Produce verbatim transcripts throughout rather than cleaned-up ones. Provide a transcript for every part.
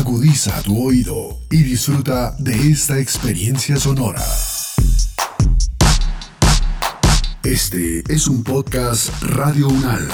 Agudiza tu oído y disfruta de esta experiencia sonora. Este es un podcast Radio Unal.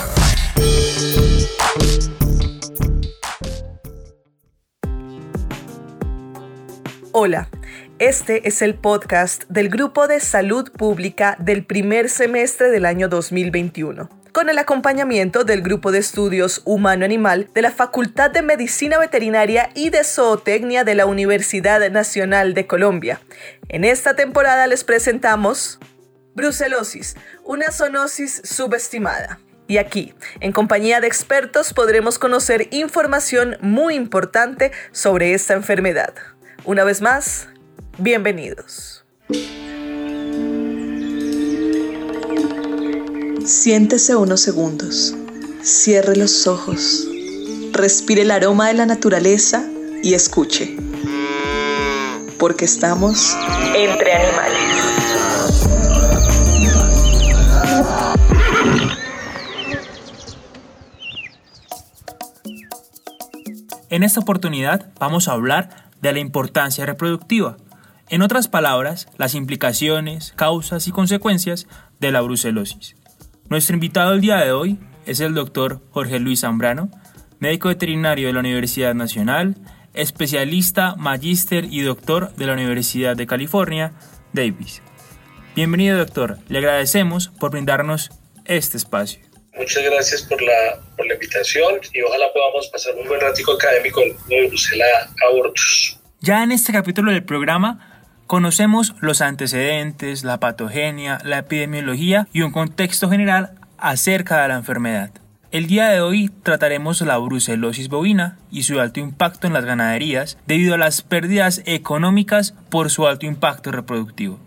Hola, este es el podcast del Grupo de Salud Pública del primer semestre del año dos mil veintiuno, con el acompañamiento del Grupo de Estudios Humano-Animal de la Facultad de Medicina Veterinaria y de Zootecnia de la Universidad Nacional de Colombia. En esta temporada les presentamos brucelosis, una zoonosis subestimada. Y aquí, en compañía de expertos, podremos conocer información muy importante sobre esta enfermedad. Una vez más, bienvenidos. Siéntese unos segundos, cierre los ojos, respire el aroma de la naturaleza y escuche, porque estamos entre animales. En esta oportunidad vamos a hablar de la importancia reproductiva. En otras palabras, las implicaciones, causas y consecuencias de la brucelosis. Nuestro invitado el día de hoy es el doctor Jorge Luis Zambrano, médico veterinario de la Universidad Nacional, especialista, magíster y doctor de la Universidad de California, Davis. Bienvenido, doctor. Le agradecemos por brindarnos este espacio. Muchas gracias por la, por la invitación y ojalá podamos pasar un buen ratico académico de Brucella abortus. Ya en este capítulo del programa conocemos los antecedentes, la patogenia, la epidemiología y un contexto general acerca de la enfermedad. El día de hoy trataremos la brucelosis bovina y su alto impacto en las ganaderías debido a las pérdidas económicas por su alto impacto reproductivo.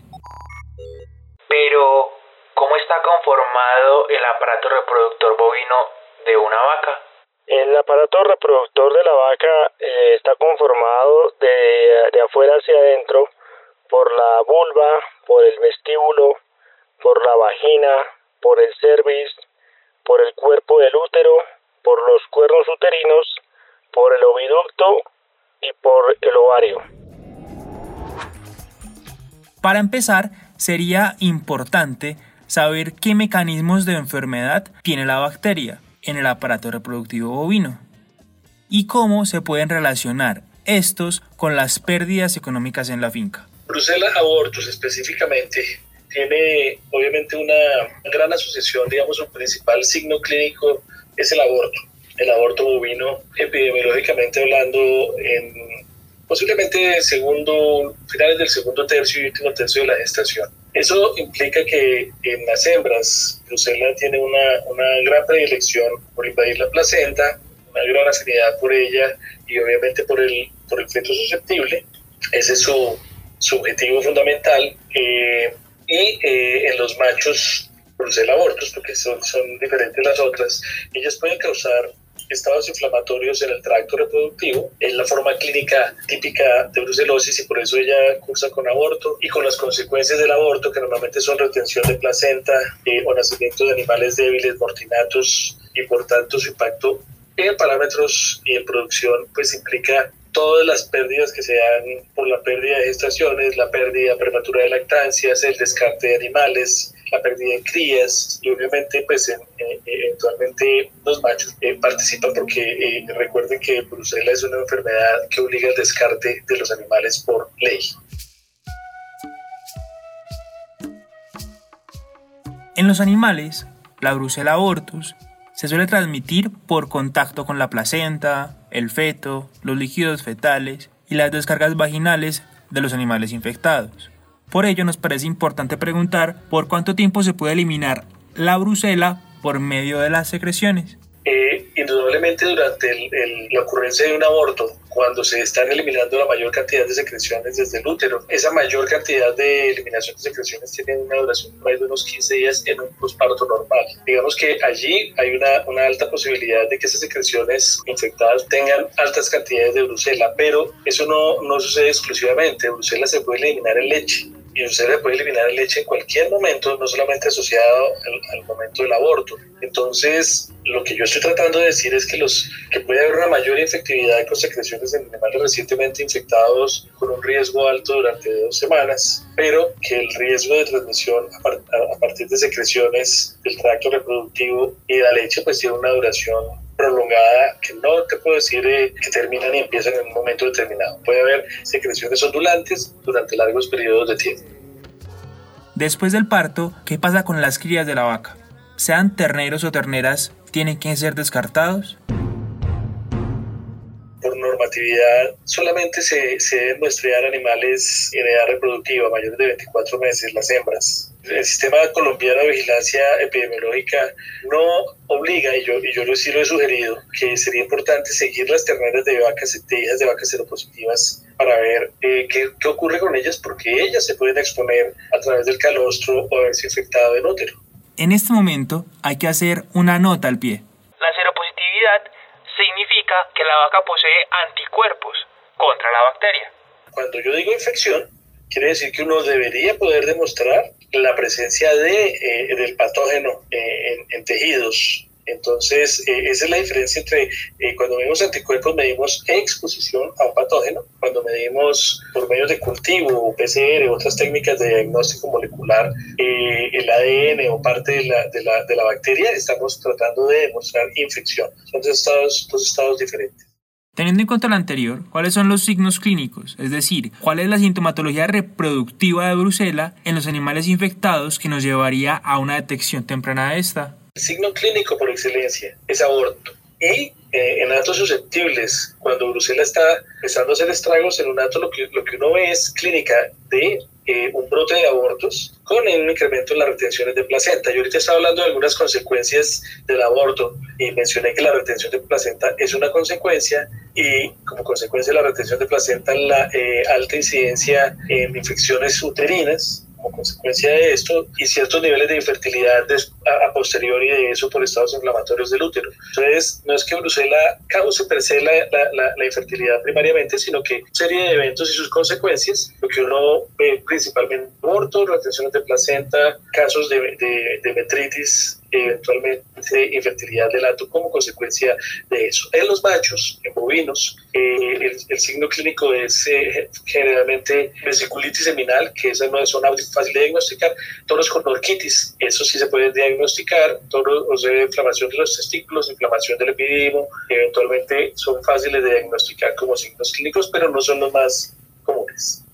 Pero, ¿cómo está conformado el aparato reproductor bovino de una vaca? El aparato reproductor de la vaca eh, está conformado de, de afuera hacia adentro por la vulva, por el vestíbulo, por la vagina, por el cervix, por el cuerpo del útero, por los cuernos uterinos, por el oviducto y por el ovario. Para empezar, sería importante saber qué mecanismos de enfermedad tiene la bacteria en el aparato reproductivo bovino y cómo se pueden relacionar estos con las pérdidas económicas en la finca. Brucella abortus específicamente tiene obviamente una gran asociación, digamos, su principal signo clínico es el aborto. El aborto bovino, epidemiológicamente hablando, en posiblemente segundo, finales del segundo tercio y último tercio de la gestación. Eso implica que en las hembras, Brucella tiene una, una gran predilección por invadir la placenta, una gran afinidad por ella y obviamente por el, por el feto susceptible. Ese es su, su objetivo fundamental. Eh, y eh, en los machos, Brucella abortus, porque son, son diferentes las otras, ellas pueden causar estados inflamatorios en el tracto reproductivo. Es la forma clínica típica de brucelosis y por eso ella cursa con aborto y con las consecuencias del aborto, que normalmente son retención de placenta eh, o nacimiento de animales débiles, mortinatos, y por tanto su impacto en parámetros y en producción pues implica todas las pérdidas que se dan por la pérdida de gestaciones, la pérdida prematura de lactancias, el descarte de animales, la pérdida de crías y obviamente pues en, eh, eventualmente los machos eh, participan porque eh, recuerden que Brucella es una enfermedad que obliga al descarte de los animales por ley. En los animales, la Brucella abortus se suele transmitir por contacto con la placenta, el feto, los líquidos fetales y las descargas vaginales de los animales infectados. Por ello nos parece importante preguntar por cuánto tiempo se puede eliminar la brucela por medio de las secreciones. Eh, indudablemente durante el, el, la ocurrencia de un aborto, cuando se están eliminando la mayor cantidad de secreciones desde el útero, esa mayor cantidad de eliminación de secreciones tiene una duración de unos quince días en un posparto normal. Digamos que allí hay una, una alta posibilidad de que esas secreciones infectadas tengan altas cantidades de brucela, pero eso no, no sucede exclusivamente. Brucela se puede eliminar en leche. Y usted le puede eliminar leche en cualquier momento, no solamente asociado al, al momento del aborto. Entonces, Lo que yo estoy tratando de decir es que, los, que puede haber una mayor efectividad con secreciones en animales recientemente infectados con un riesgo alto durante dos semanas, pero que el riesgo de transmisión a, par, a, a partir de secreciones del tracto reproductivo y de la leche pues tiene una duración prolongada que no te puedo decir eh, que terminan y empiezan en un momento determinado. Puede haber secreciones ondulantes durante largos periodos de tiempo. Después del parto, ¿qué pasa con las crías de la vaca? Sean terneros o terneras, ¿tienen que ser descartados? Por normatividad, solamente se, se deben muestrear animales en edad reproductiva, mayores de veinticuatro meses, las hembras. El sistema colombiano de vigilancia epidemiológica no obliga, y yo, y yo sí lo he sugerido, que sería importante seguir las terneras de vacas, de hijas de vacas seropositivas para ver eh, qué, qué ocurre con ellas, porque ellas se pueden exponer a través del calostro o haberse infectado en útero. En este momento hay que hacer una nota al pie. La seropositividad significa que la vaca posee anticuerpos contra la bacteria. Cuando yo digo infección, quiere decir que uno debería poder demostrar la presencia de, eh, del patógeno eh, en, en tejidos. Entonces, eh, esa es la diferencia entre eh, cuando medimos anticuerpos, medimos exposición a un patógeno. Cuando medimos por medios de cultivo, P C R, otras técnicas de diagnóstico molecular, eh, el A D N o parte de la, de, la, de la bacteria, estamos tratando de demostrar infección. Son dos estados, dos estados diferentes. Teniendo en cuenta lo anterior, ¿cuáles son los signos clínicos? Es decir, ¿cuál es la sintomatología reproductiva de Brucela en los animales infectados que nos llevaría a una detección temprana de esta? El signo clínico por excelencia es aborto. Y eh, en atos susceptibles, cuando Brucela está empezando a hacer estragos en un ato, lo que, lo que uno ve es clínica de eh, un brote de abortos con un incremento en las retenciones de placenta. Yo ahorita estaba hablando de algunas consecuencias del aborto y mencioné que la retención de placenta es una consecuencia, y como consecuencia de la retención de placenta la eh, alta incidencia en infecciones uterinas como consecuencia de esto, y ciertos niveles de infertilidad a, a posteriori de eso por estados inflamatorios del útero. Entonces, no es que Brucela cause per se la, la, la, la infertilidad primariamente, sino que una serie de eventos y sus consecuencias, lo que uno ve principalmente aborto, retenciones de placenta, casos de, de, de metritis, eventualmente infertilidad del ato como consecuencia de eso. En los machos, en bovinos, eh, el, el signo clínico es eh, generalmente vesiculitis seminal, que esa no es una fácil de diagnosticar, toros con orquitis, eso sí se puede diagnosticar, toros, o sea, inflamación de los testículos, inflamación del epidimo, eventualmente son fáciles de diagnosticar como signos clínicos, pero no son los más comunes.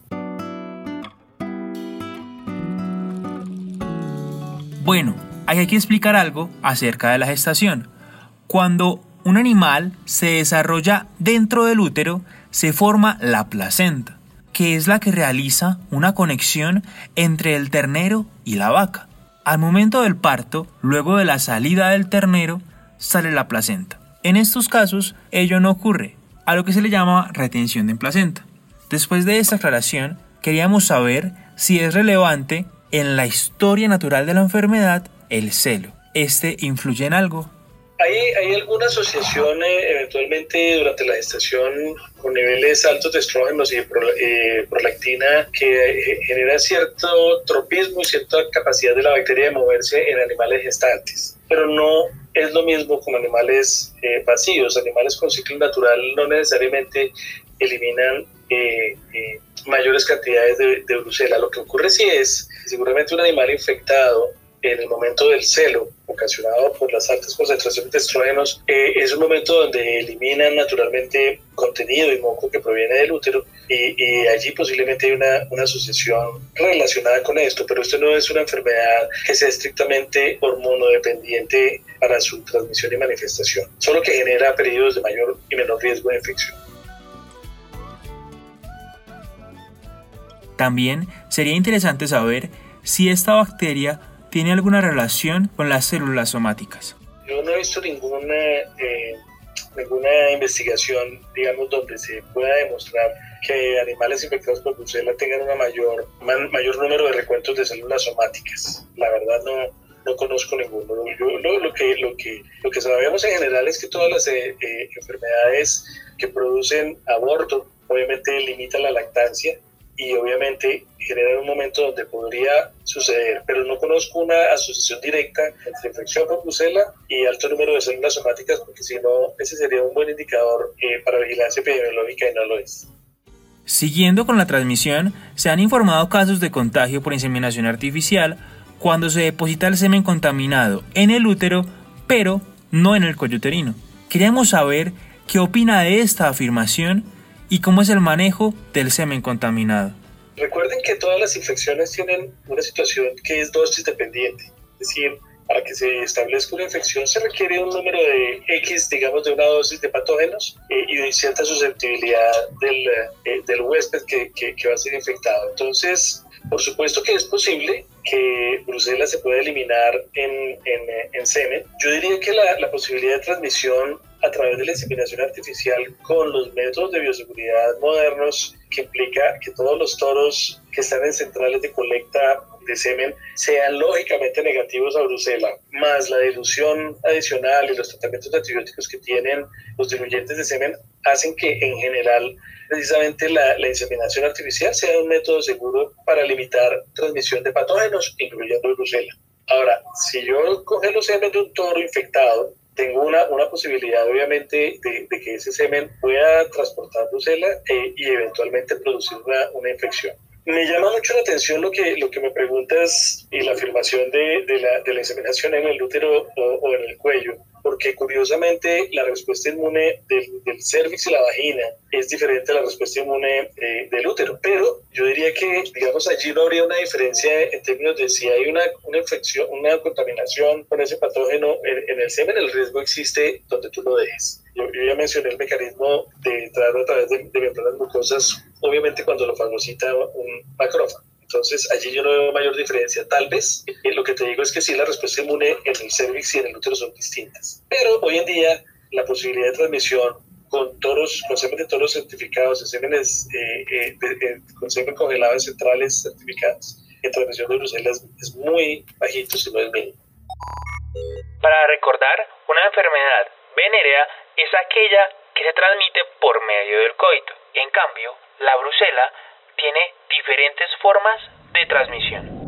Bueno, hay que explicar algo acerca de la gestación. Cuando un animal se desarrolla dentro del útero, se forma la placenta, que es la que realiza una conexión entre el ternero y la vaca. Al momento del parto, luego de la salida del ternero, sale la placenta. En estos casos, ello no ocurre, a lo que se le llama retención de placenta. Después de esta aclaración, queríamos saber si es relevante en la historia natural de la enfermedad el celo. ¿Este influye en algo? Hay, hay alguna asociación eh, eventualmente durante la gestación con niveles altos de estrógenos y de pro, eh, prolactina que eh, genera cierto tropismo y cierta capacidad de la bacteria de moverse en animales gestantes. Pero no es lo mismo con animales eh, vacíos. Animales con ciclo natural no necesariamente eliminan eh, eh, mayores cantidades de, de Brucela. Lo que ocurre sí es que seguramente un animal infectado en el momento del celo, ocasionado por las altas concentraciones de estrógenos, eh, es un momento donde eliminan naturalmente contenido y moco que proviene del útero, y, y allí posiblemente hay una, una asociación relacionada con esto, pero esto no es una enfermedad que sea estrictamente hormonodependiente para su transmisión y manifestación, solo que genera periodos de mayor y menor riesgo de infección. También sería interesante saber si esta bacteria tiene alguna relación con las células somáticas. Yo no he visto ninguna, eh, ninguna investigación, digamos, donde se pueda demostrar que animales infectados por Brucela tengan un mayor, man, mayor número de recuentos de células somáticas. La verdad no, no conozco ninguno. Yo, lo, lo, que, lo, que, lo que sabemos en general es que todas las eh, eh, enfermedades que producen aborto obviamente limitan la lactancia, y obviamente generan un momento donde podría suceder, pero no conozco una asociación directa entre infección por brucela y alto número de células somáticas, porque si no, ese sería un buen indicador eh, para vigilancia epidemiológica y no lo es. Siguiendo con la transmisión, se han informado casos de contagio por inseminación artificial cuando se deposita el semen contaminado en el útero, pero no en el cuello uterino. Queremos saber qué opina de esta afirmación y cómo es el manejo del semen contaminado. Recuerden que todas las infecciones tienen una situación que es dosis dependiente, es decir, para que se establezca una infección se requiere un número de X, digamos, de una dosis de patógenos eh, y de cierta susceptibilidad del, eh, del huésped que, que, que va a ser infectado. Entonces, por supuesto que es posible que brucela se pueda eliminar en, en, en semen. Yo diría que la, la posibilidad de transmisión a través de la inseminación artificial con los métodos de bioseguridad modernos, que implica que todos los toros que están en centrales de colecta de semen sean lógicamente negativos a brucela, más la dilución adicional y los tratamientos de antibióticos que tienen los diluyentes de semen, hacen que en general precisamente la, la inseminación artificial sea un método seguro para limitar transmisión de patógenos, incluyendo brucela. Ahora, si yo congelo semen de un toro infectado, tengo una, una posibilidad obviamente de, de que ese semen pueda transportar brucela eh, y eventualmente producir una, una infección. Me llama mucho la atención lo que, lo que me preguntas y la afirmación de, de, la, de la inseminación en el útero o, o en el cuello, porque curiosamente la respuesta inmune del, del cervix y la vagina es diferente a la respuesta inmune eh, del útero, pero yo diría que, digamos, allí no habría una diferencia en términos de si hay una, una infección, una contaminación con ese patógeno en, en el semen, el riesgo existe donde tú lo dejes. Yo, yo ya mencioné el mecanismo de entrar a través de, de membranas mucosas, obviamente cuando lo fagocita un macrófago. Entonces, allí yo no veo mayor diferencia. Tal vez, eh, lo que te digo es que sí, la respuesta inmune en el cervix y en el útero son distintas. Pero hoy en día, la posibilidad de transmisión con toros, con semen de toros certificados, en semenes, eh, eh, de, eh, con semen congelado en centrales certificadas, en transmisión de brucela es, es muy bajito, si no es mínimo. Para recordar, una enfermedad venérea es aquella que se transmite por medio del coito. En cambio, la brucela tiene diferentes formas de transmisión.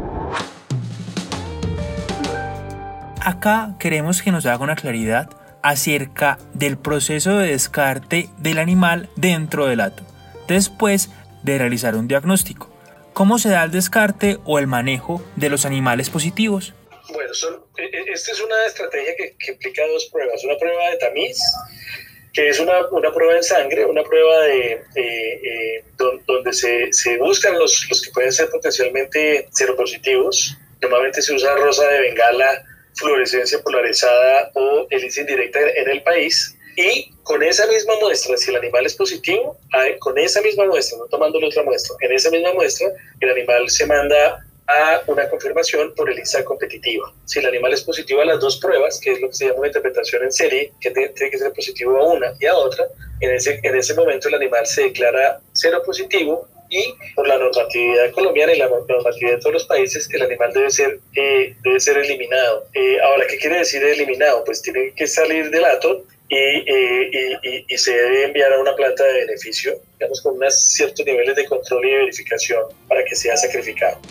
Acá queremos que nos haga una claridad acerca del proceso de descarte del animal dentro del hato, después de realizar un diagnóstico. ¿Cómo se da el descarte o el manejo de los animales positivos? Bueno, son, esta es una estrategia que, que implica dos pruebas. Una prueba de tamiz, que es una, una prueba en sangre, una prueba de, eh, eh, don, donde se, se buscan los, los que pueden ser potencialmente seropositivos. Normalmente se usa rosa de Bengala, fluorescencia polarizada o hélice indirecta en el país. Y con esa misma muestra, si el animal es positivo, con esa misma muestra, no tomando la otra muestra, en esa misma muestra, el animal se manda a una confirmación por ELISA competitiva. Si el animal es positivo a las dos pruebas, que es lo que se llama una interpretación en serie, que tiene que ser positivo a una y a otra, en ese, en ese momento el animal se declara cero positivo y por la normatividad colombiana y la normatividad de todos los países, el animal debe ser, eh, debe ser eliminado. Eh, ahora, ¿qué quiere decir eliminado? Pues tiene que salir del hato y, eh, y, y, y se debe enviar a una planta de beneficio, digamos, con unos ciertos niveles de control y de verificación para que sea sacrificado.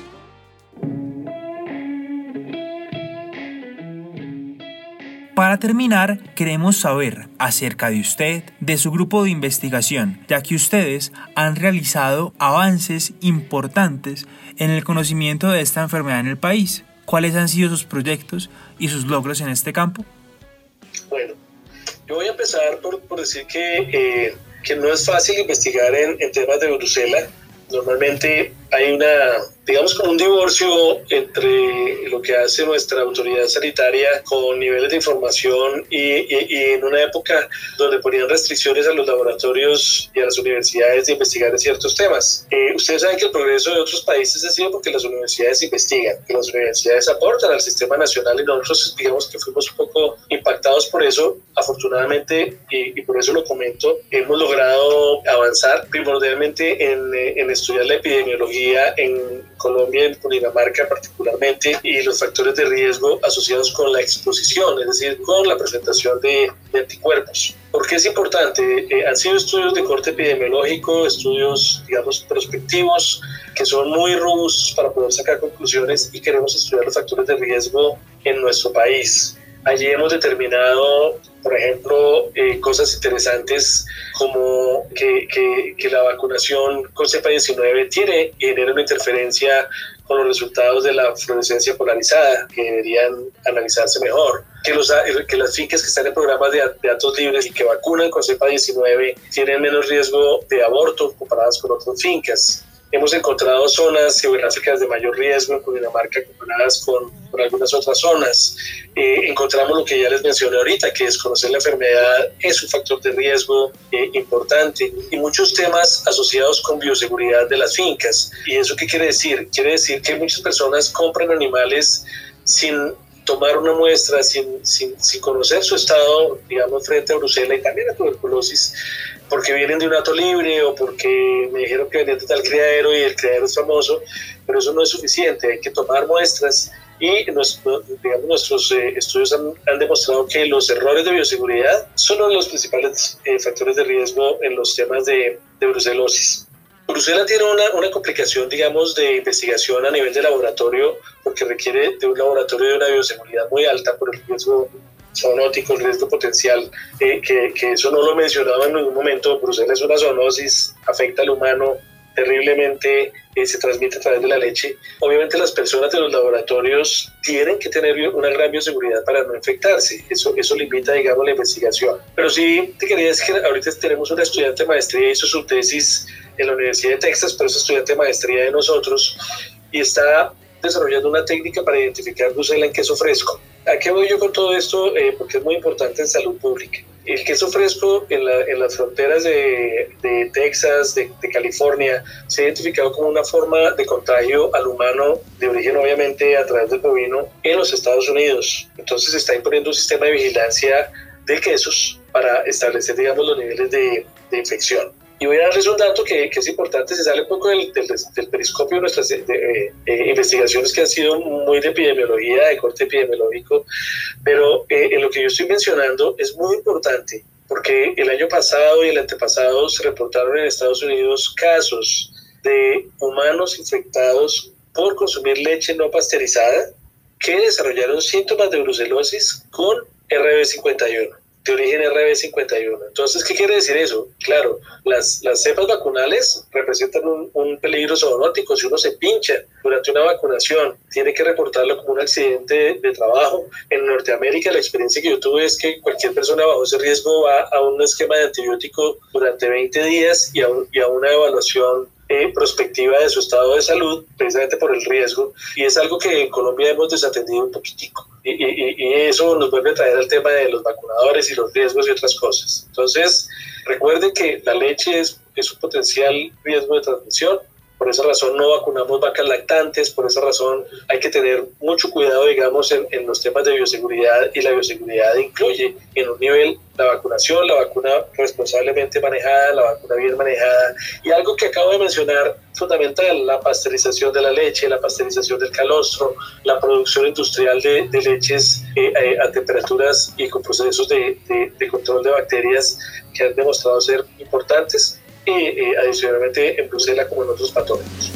Para terminar, queremos saber acerca de usted, de su grupo de investigación, ya que ustedes han realizado avances importantes en el conocimiento de esta enfermedad en el país. ¿Cuáles han sido sus proyectos y sus logros en este campo? Bueno, yo voy a empezar por, por decir que, eh, que no es fácil investigar en, en temas de brucela. Normalmente hay una, digamos, como un divorcio entre lo que hace nuestra autoridad sanitaria con niveles de información y, y, y en una época donde ponían restricciones a los laboratorios y a las universidades de investigar en ciertos temas. Eh, ustedes saben que el progreso de otros países ha sido porque las universidades investigan, que las universidades aportan al sistema nacional y nosotros, digamos, que fuimos un poco impactados por eso. Afortunadamente, y, y por eso lo comento, hemos logrado avanzar primordialmente en, en estudiar la epidemiología en Colombia, en Cundinamarca particularmente, y los factores de riesgo asociados con la exposición, es decir, con la presentación de, de anticuerpos. ¿Por qué es importante? Eh, han sido estudios de corte epidemiológico, estudios, digamos, prospectivos, que son muy robustos para poder sacar conclusiones y queremos estudiar los factores de riesgo en nuestro país. Allí hemos determinado, por ejemplo, eh, cosas interesantes como que, que, que la vacunación con cepa diecinueve tiene y genera una interferencia con los resultados de la fluorescencia polarizada, que deberían analizarse mejor. Que, los, que las fincas que están en programas de, de datos libres y que vacunan con cepa diecinueve tienen menos riesgo de aborto comparadas con otras fincas. Hemos encontrado zonas geográficas de mayor riesgo en Cundinamarca comparadas con, con algunas otras zonas. Eh, encontramos lo que ya les mencioné ahorita, que desconocer la enfermedad es un factor de riesgo eh, importante, y muchos temas asociados con bioseguridad de las fincas. ¿Y eso qué quiere decir? Quiere decir que muchas personas compran animales sin tomar una muestra, sin, sin, sin conocer su estado, digamos, frente a brucela y también a tuberculosis, porque vienen de un hato libre o porque me dijeron que venían de tal criadero y el criadero es famoso, pero eso no es suficiente, hay que tomar muestras. Y nuestro, digamos, nuestros eh, estudios han, han demostrado que los errores de bioseguridad son uno de los principales eh, factores de riesgo en los temas de, de brucelosis. Brucela tiene una, una complicación, digamos, de investigación a nivel de laboratorio, porque requiere de un laboratorio de una bioseguridad muy alta por el riesgo zoonótico, el riesgo potencial, eh, que, que eso no lo mencionaba en ningún momento. Brucela es una zoonosis, afecta al humano terriblemente, eh, se transmite a través de la leche. Obviamente las personas de los laboratorios tienen que tener una gran bioseguridad para no infectarse, eso, eso limita, digamos, la investigación. Pero sí te quería decir que ahorita tenemos una estudiante de maestría, hizo su tesis en la Universidad de Texas, pero es estudiante de maestría de nosotros, y está desarrollando una técnica para identificar brucela en queso fresco. ¿A qué voy yo con todo esto? Eh, porque es muy importante en salud pública. El queso fresco en, la, en las fronteras de, de Texas, de, de California, se ha identificado como una forma de contagio al humano, de origen obviamente a través del bovino, en los Estados Unidos. Entonces se está imponiendo un sistema de vigilancia de quesos para establecer, digamos, los niveles de, de infección. Y voy a darles un dato que, que es importante, se sale un poco del, del, del periscopio de nuestras de, de, eh, investigaciones que han sido muy de epidemiología, de corte epidemiológico, pero eh, en lo que yo estoy mencionando es muy importante, porque el año pasado y el antepasado se reportaron en Estados Unidos casos de humanos infectados por consumir leche no pasteurizada que desarrollaron síntomas de brucelosis con R B cincuenta y uno. De origen R B cincuenta y uno. Entonces, ¿qué quiere decir eso? Claro, las, las cepas vacunales representan un, un peligro zoonótico. Si uno se pincha durante una vacunación, tiene que reportarlo como un accidente de, de trabajo. En Norteamérica, la experiencia que yo tuve es que cualquier persona bajo ese riesgo va a un esquema de antibiótico durante veinte días y a, un, y a una evaluación Eh, prospectiva de su estado de salud, precisamente por el riesgo, y es algo que en Colombia hemos desatendido un poquitico, y, y, y eso nos vuelve a traer al tema de los vacunadores y los riesgos y otras cosas. Entonces, recuerden que la leche es, es un potencial riesgo de transmisión. Por esa razón no vacunamos vacas lactantes, por esa razón hay que tener mucho cuidado, digamos, en, en los temas de bioseguridad, y la bioseguridad incluye en un nivel la vacunación, la vacuna responsablemente manejada, la vacuna bien manejada, y algo que acabo de mencionar, fundamental, la pasteurización de la leche, la pasteurización del calostro, la producción industrial de, de leches eh, eh, a temperaturas y con procesos de, de, de control de bacterias que han demostrado ser importantes, y eh, adicionalmente en brucela como en otros patógenos.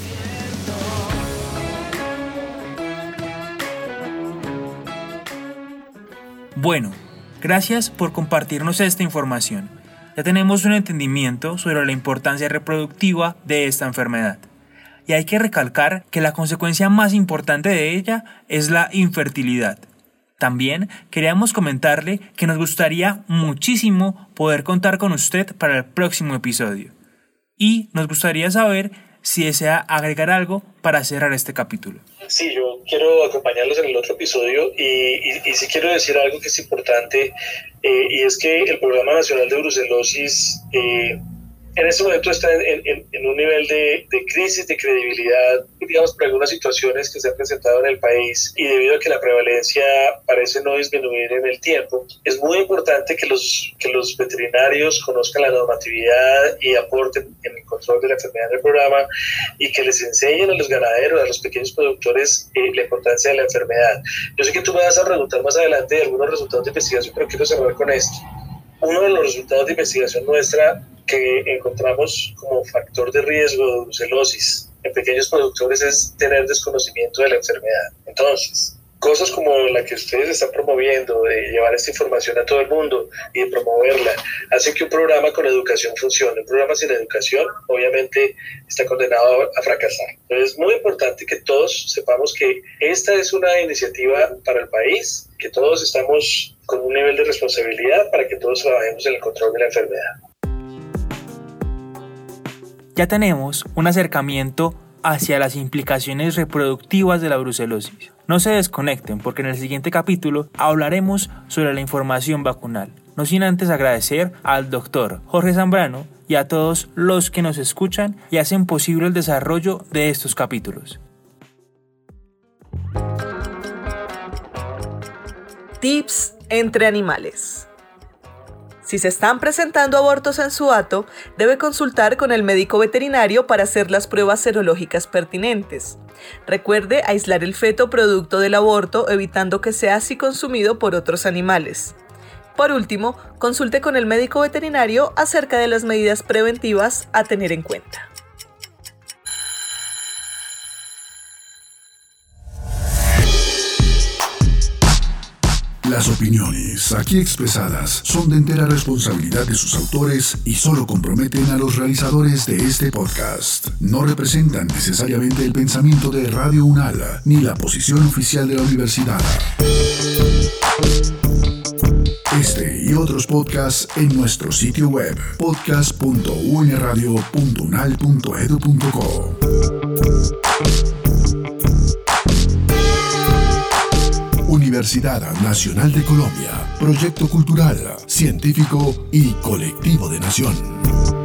Bueno, gracias por compartirnos esta información. Ya tenemos un entendimiento sobre la importancia reproductiva de esta enfermedad. Y hay que recalcar que la consecuencia más importante de ella es la infertilidad. También queríamos comentarle que nos gustaría muchísimo poder contar con usted para el próximo episodio. Y nos gustaría saber si desea agregar algo para cerrar este capítulo. Sí, yo quiero acompañarlos en el otro episodio y, y, y sí quiero decir algo que es importante, eh, y es que el Programa Nacional de Brucelosis eh, en este momento está en, en, en un nivel de, de crisis de credibilidad, digamos, por algunas situaciones que se han presentado en el país, y debido a que la prevalencia parece no disminuir en el tiempo, es muy importante que los, que los veterinarios conozcan la normatividad y aporten en el control de la enfermedad del programa, y que les enseñen a los ganaderos, a los pequeños productores, eh, la importancia de la enfermedad. Yo sé que tú me vas a preguntar más adelante de algunos resultados de investigación, pero quiero cerrar con esto. Uno de los resultados de investigación nuestra que encontramos como factor de riesgo de brucelosis en pequeños productores es tener desconocimiento de la enfermedad. Entonces, cosas como la que ustedes están promoviendo, de llevar esta información a todo el mundo y de promoverla, hace que un programa con educación funcione. Un programa sin educación, obviamente, está condenado a fracasar. Entonces, es muy importante que todos sepamos que esta es una iniciativa para el país, que todos estamos con un nivel de responsabilidad para que todos trabajemos en el control de la enfermedad. Ya tenemos un acercamiento hacia las implicaciones reproductivas de la brucelosis. No se desconecten porque en el siguiente capítulo hablaremos sobre la información vacunal. No sin antes agradecer al doctor Jorge Zambrano y a todos los que nos escuchan y hacen posible el desarrollo de estos capítulos. Tips entre animales. Si se están presentando abortos en su hato, debe consultar con el médico veterinario para hacer las pruebas serológicas pertinentes. Recuerde aislar el feto producto del aborto, evitando que sea así consumido por otros animales. Por último, consulte con el médico veterinario acerca de las medidas preventivas a tener en cuenta. Las opiniones aquí expresadas son de entera responsabilidad de sus autores y solo comprometen a los realizadores de este podcast. No representan necesariamente el pensamiento de Radio UNAL ni la posición oficial de la universidad. Este y otros podcasts en nuestro sitio web podcast punto u n radio punto unal punto e d u punto co. Universidad Nacional de Colombia, proyecto cultural, científico y colectivo de nación.